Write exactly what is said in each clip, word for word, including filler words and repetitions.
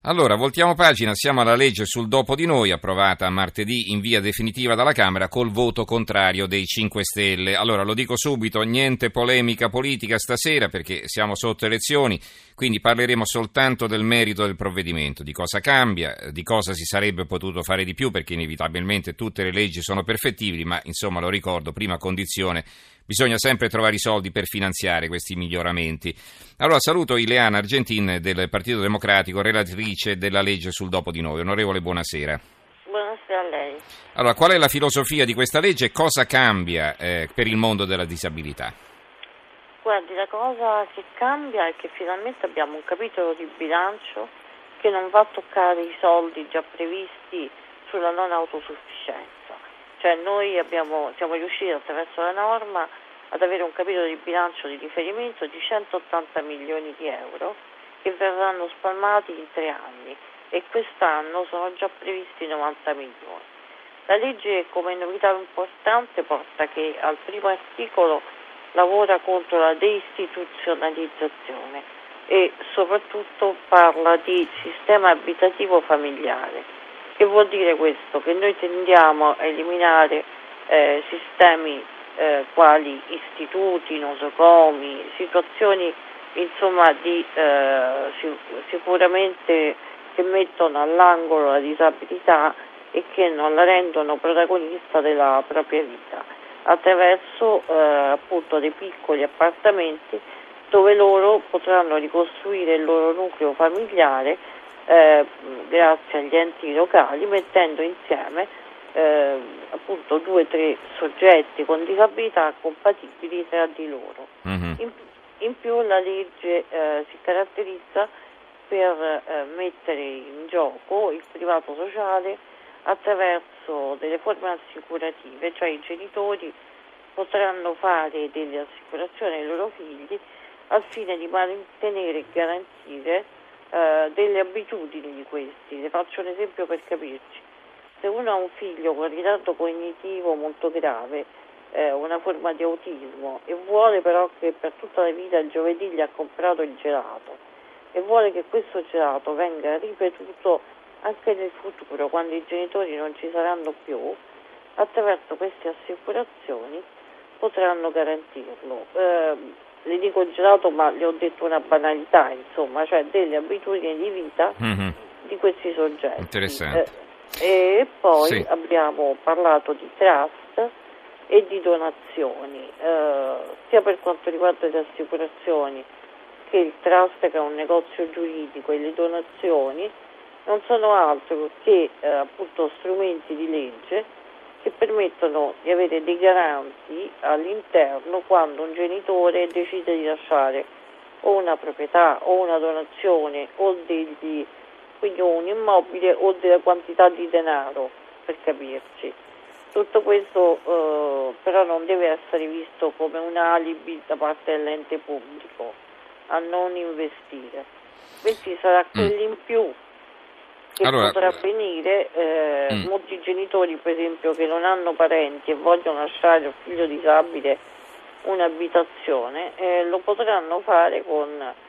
Allora, voltiamo pagina, siamo alla legge sul dopo di noi, approvata martedì in via definitiva dalla Camera col voto contrario dei cinque Stelle. Allora, lo dico subito, niente polemica politica stasera perché siamo sotto elezioni, quindi parleremo soltanto del merito del provvedimento, di cosa cambia, di cosa si sarebbe potuto fare di più, perché inevitabilmente tutte le leggi sono perfettibili, ma insomma lo ricordo, prima condizione, bisogna sempre trovare i soldi per finanziare questi miglioramenti. Allora saluto Ileana Argentin del Partito Democratico, relatrice della legge sul dopo di noi. Onorevole, buonasera. Buonasera a lei. Allora, qual è la filosofia di questa legge e cosa cambia eh, per il mondo della disabilità? Guardi, la cosa che cambia è che finalmente abbiamo un capitolo di bilancio che non va a toccare i soldi già previsti sulla non autosufficienza. Cioè noi abbiamo, siamo riusciti attraverso la norma ad avere un capitolo di bilancio di riferimento di centottanta milioni di euro che verranno spalmati in tre anni e quest'anno sono già previsti novanta milioni. La legge come novità importante porta che al primo articolo lavora contro la deistituzionalizzazione e soprattutto parla di sistema abitativo familiare. Che vuol dire questo? Che noi tendiamo a eliminare eh, sistemi eh, quali istituti, nosocomi, situazioni insomma di eh, sicuramente che mettono all'angolo la disabilità e che non la rendono protagonista della propria vita, attraverso eh, appunto dei piccoli appartamenti dove loro potranno ricostruire il loro nucleo familiare Eh, grazie agli enti locali, mettendo insieme eh, appunto due o tre soggetti con disabilità compatibili tra di loro. Mm-hmm. In, in più la legge eh, si caratterizza per eh, mettere in gioco il privato sociale attraverso delle forme assicurative, cioè i genitori potranno fare delle assicurazioni ai loro figli al fine di mantenere e garantire Uh, delle abitudini di questi. Le faccio un esempio per capirci. Se uno ha un figlio con ritardo cognitivo molto grave, eh, una forma di autismo, e vuole però che per tutta la vita il giovedì gli ha comprato il gelato e vuole che questo gelato venga ripetuto anche nel futuro, quando i genitori non ci saranno più, attraverso queste assicurazioni potranno garantirlo. Uh, le dico gelato, ma le ho detto una banalità, insomma, cioè delle abitudini di vita mm-hmm. di questi soggetti. Interessante. Eh, e poi sì. abbiamo parlato di trust e di donazioni, eh, sia per quanto riguarda le assicurazioni che il trust, che è un negozio giuridico, e le donazioni non sono altro che eh, appunto strumenti di legge che permettono di avere dei garanti all'interno quando un genitore decide di lasciare o una proprietà o una donazione o degli, quindi un immobile o della quantità di denaro, per capirci. Tutto questo eh, però non deve essere visto come un alibi da parte dell'ente pubblico a non investire, quindi sarà quell'in più che allora, potrà avvenire. eh, mm. Molti genitori, per esempio, che non hanno parenti e vogliono lasciare al figlio disabile un'abitazione, eh, lo potranno fare con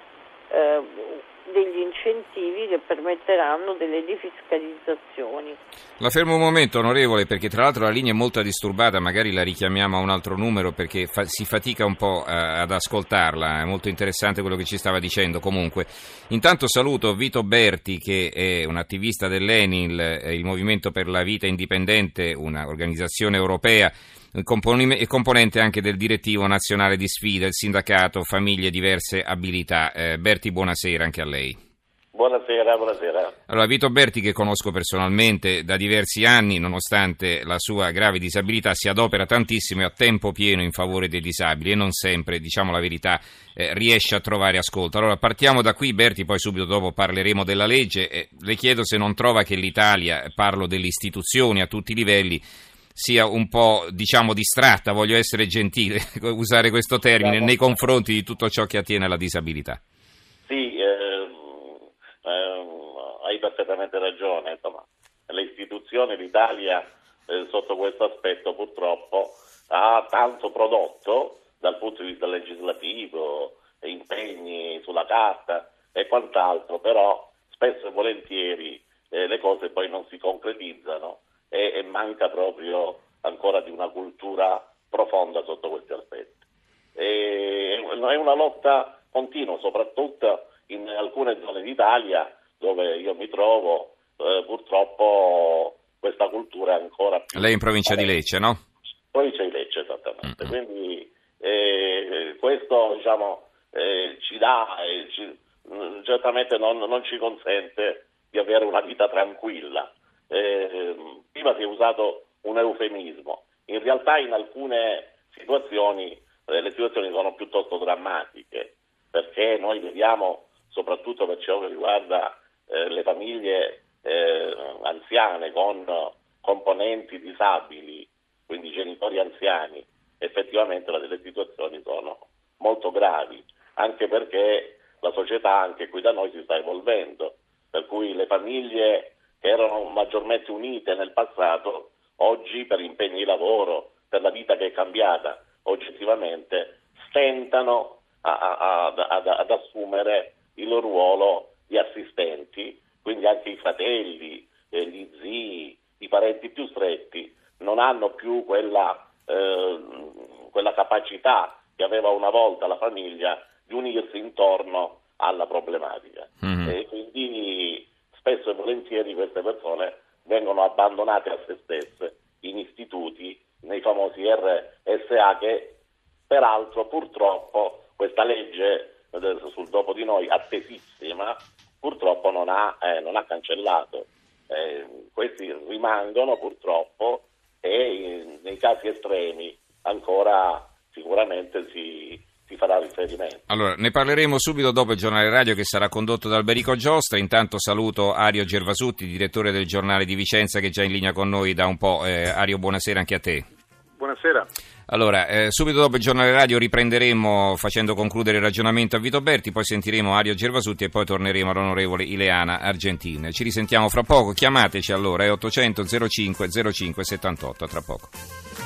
eh, degli incentivi che permetteranno delle defiscalizzazioni. La fermo un momento, onorevole, perché tra l'altro la linea è molto disturbata, magari la richiamiamo a un altro numero perché fa- si fatica un po' eh, ad ascoltarla, è molto interessante quello che ci stava dicendo. Comunque, intanto saluto Vito Berti, che è un attivista dell'Enil, eh, il Movimento per la Vita Indipendente, un'organizzazione europea, è componente anche del direttivo nazionale di sfida, il sindacato Famiglie Diverse Abilità. Eh, Berti, buonasera anche a lei. Buonasera, buonasera. Allora, Vito Berti, che conosco personalmente da diversi anni, nonostante la sua grave disabilità, si adopera tantissimo e a tempo pieno in favore dei disabili e non sempre, diciamo la verità, eh, riesce a trovare ascolto. Allora, partiamo da qui, Berti, poi subito dopo parleremo della legge. Eh, le chiedo se non trova che l'Italia, parlo delle istituzioni a tutti i livelli, sia un po', diciamo, distratta, voglio essere gentile, usare questo termine, nei confronti di tutto ciò che attiene alla disabilità. Sì, eh, eh, hai perfettamente ragione, insomma, le istituzioni, l'Italia eh, sotto questo aspetto purtroppo ha tanto prodotto dal punto di vista legislativo, impegni sulla carta e quant'altro, però spesso e volentieri eh, le cose poi non si concretizzano e, e manca proprio ancora di una cultura profonda sotto questi aspetti. E, è una lotta continua, soprattutto in alcune zone d'Italia dove io mi trovo, eh, purtroppo questa cultura è ancora più... Lei è in provincia di Lecce, no? Provincia di Lecce, esattamente. Mm-hmm. Quindi eh, questo, diciamo, eh, ci dà, eh, ci, certamente non, non ci consente di avere una vita tranquilla. Eh, prima si è usato un eufemismo, in realtà in alcune situazioni eh, le situazioni sono piuttosto drammatiche, perché noi vediamo, soprattutto per ciò che riguarda eh, le famiglie eh, anziane con componenti disabili, quindi genitori anziani, effettivamente le situazioni sono molto gravi, anche perché la società anche qui da noi si sta evolvendo, per cui le famiglie che erano maggiormente unite nel passato, oggi per impegni di lavoro, per la vita che è cambiata oggettivamente, stentano a, a, a, ad, ad assumere il ruolo di assistenti, quindi anche i fratelli, eh, gli zii, i parenti più stretti non hanno più quella, eh, quella capacità che aveva una volta la famiglia di unirsi intorno alla problematica. Mm-hmm. E quindi spesso e volentieri queste persone vengono abbandonate a se stesse in istituti, nei famosi R S A, che peraltro purtroppo questa legge sul dopo di noi, attesissima, purtroppo non ha, eh, non ha cancellato. Eh, questi rimangono purtroppo e in, nei casi estremi ancora sicuramente si, si farà riferimento. Allora, ne parleremo subito dopo il giornale radio che sarà condotto da Alberico Giostra. Intanto saluto Ario Gervasutti, direttore del giornale di Vicenza, che è già in linea con noi da un po'. Eh, Ario, buonasera anche a te. Buonasera. Allora, eh, subito dopo il giornale radio riprenderemo facendo concludere il ragionamento a Vito Berti, poi sentiremo Ario Gervasutti e poi torneremo all'onorevole Ileana Argentin. Ci risentiamo fra poco, chiamateci allora, è ottocento zero cinque zero cinque settantotto, tra poco.